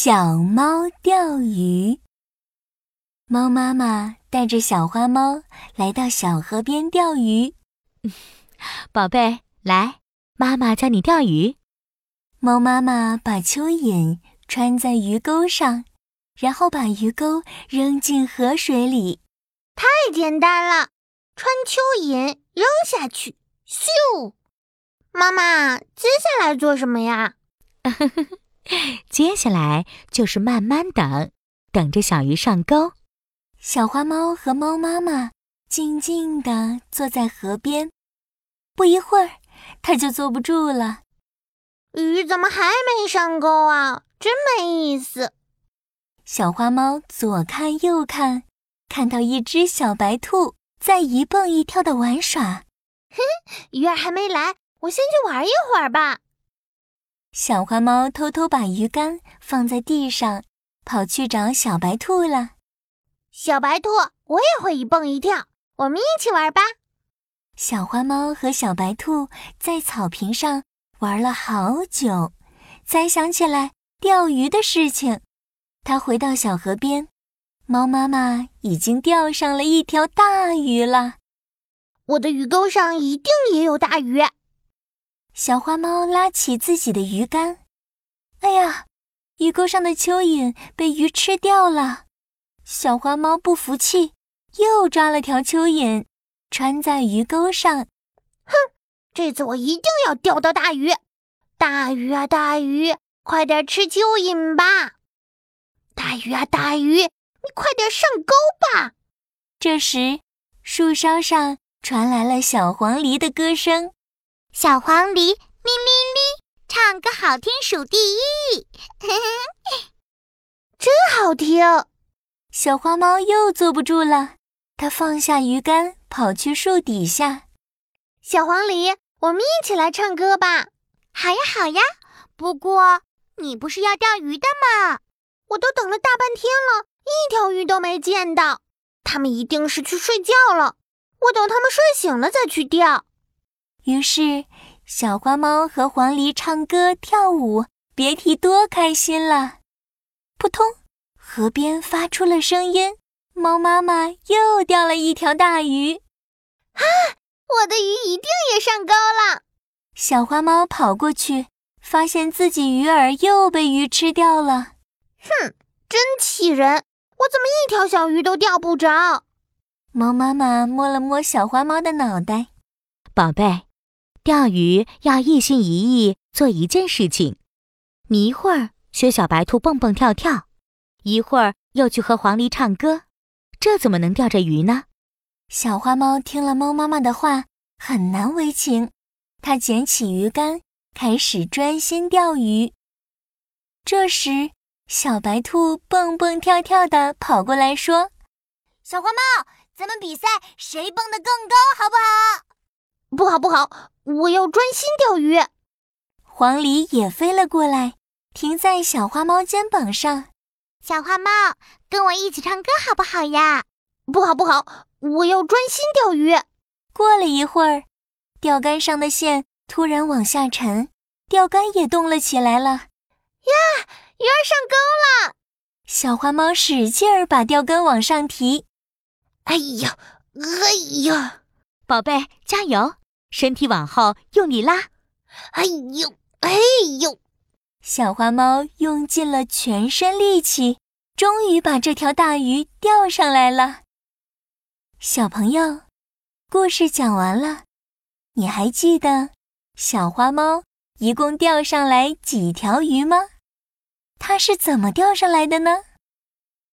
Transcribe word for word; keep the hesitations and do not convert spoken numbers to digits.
小猫钓鱼。猫妈妈带着小花猫来到小河边钓鱼。 宝贝，来，妈妈教你钓鱼。 猫妈妈把蚯蚓穿在鱼钩上，然后把鱼钩扔进河水里。 太简单了，穿蚯蚓扔下去，咻！妈妈，接下来做什么呀？ 接下来就是慢慢等，等着小鱼上钩。 小花猫和猫妈妈静静地坐在河边，不一会儿，它就坐不住了。 鱼怎么还没上钩啊？真没意思。 小花猫左看右看，看到一只小白兔在一蹦一跳地玩耍。 哼，鱼儿还没来，我先去玩一会儿吧。 小花猫偷偷把鱼竿放在地上，跑去找小白兔了。 小白兔，我也会一蹦一跳，我们一起玩吧。 小花猫和小白兔在草坪上玩了好久，才想起来钓鱼的事情。它回到小河边，猫妈妈已经钓上了一条大鱼了。 我的鱼钩上一定也有大鱼。 小花猫拉起自己的鱼竿，哎呀，鱼钩上的蚯蚓被鱼吃掉了。小花猫不服气，又抓了条蚯蚓，穿在鱼钩上。 哼，这次我一定要钓到大鱼！大鱼啊大鱼，快点吃蚯蚓吧！大鱼啊大鱼，你快点上钩吧！ 这时，树梢上传来了小黄鹂的歌声。 小黄鹂，哩哩哩，唱歌好听数第一。 真好听！ 小花猫又坐不住了，它放下鱼竿，跑去树底下。 小黄鹂，我们一起来唱歌吧。 好呀好呀，不过你不是要钓鱼的吗？ 我都等了大半天了，一条鱼都没见到。它们一定是去睡觉了，我等它们睡醒了再去钓。 于是，小花猫和黄鹂唱歌跳舞，别提多开心了。扑通，河边发出了声音，猫妈妈又钓了一条大鱼。 啊，我的鱼一定也上钩了！ 小花猫跑过去，发现自己鱼饵又被鱼吃掉了。 哼，真气人！我怎么一条小鱼都钓不着？ 猫妈妈摸了摸小花猫的脑袋， 宝贝，钓鱼要一心一意做一件事情。你一会儿学小白兔蹦蹦跳跳，一会儿又去和黄鹂唱歌，这怎么能钓着鱼呢？ 小花猫听了猫妈妈的话，很难为情。它捡起鱼竿，开始专心钓鱼。这时，小白兔蹦蹦跳跳地跑过来说：“ 小花猫，咱们比赛谁蹦得更高，好不好？”“ 不好不好，我要专心钓鱼。” 黄鹂也飞了过来，停在小花猫肩膀上。 “小花猫，跟我一起唱歌好不好呀？”“ 不好不好，我要专心钓鱼。” 过了一会儿，钓竿上的线突然往下沉，钓竿也动了起来了。 呀，鱼儿上钩了！ 小花猫使劲儿把钓竿往上提。 哎呀，哎呀！ 宝贝，加油！身体往后用力拉。 哎呦，哎呦！ 小花猫用尽了全身力气，终于把这条大鱼钓上来了。小朋友，故事讲完了，你还记得小花猫一共钓上来几条鱼吗？它是怎么钓上来的呢？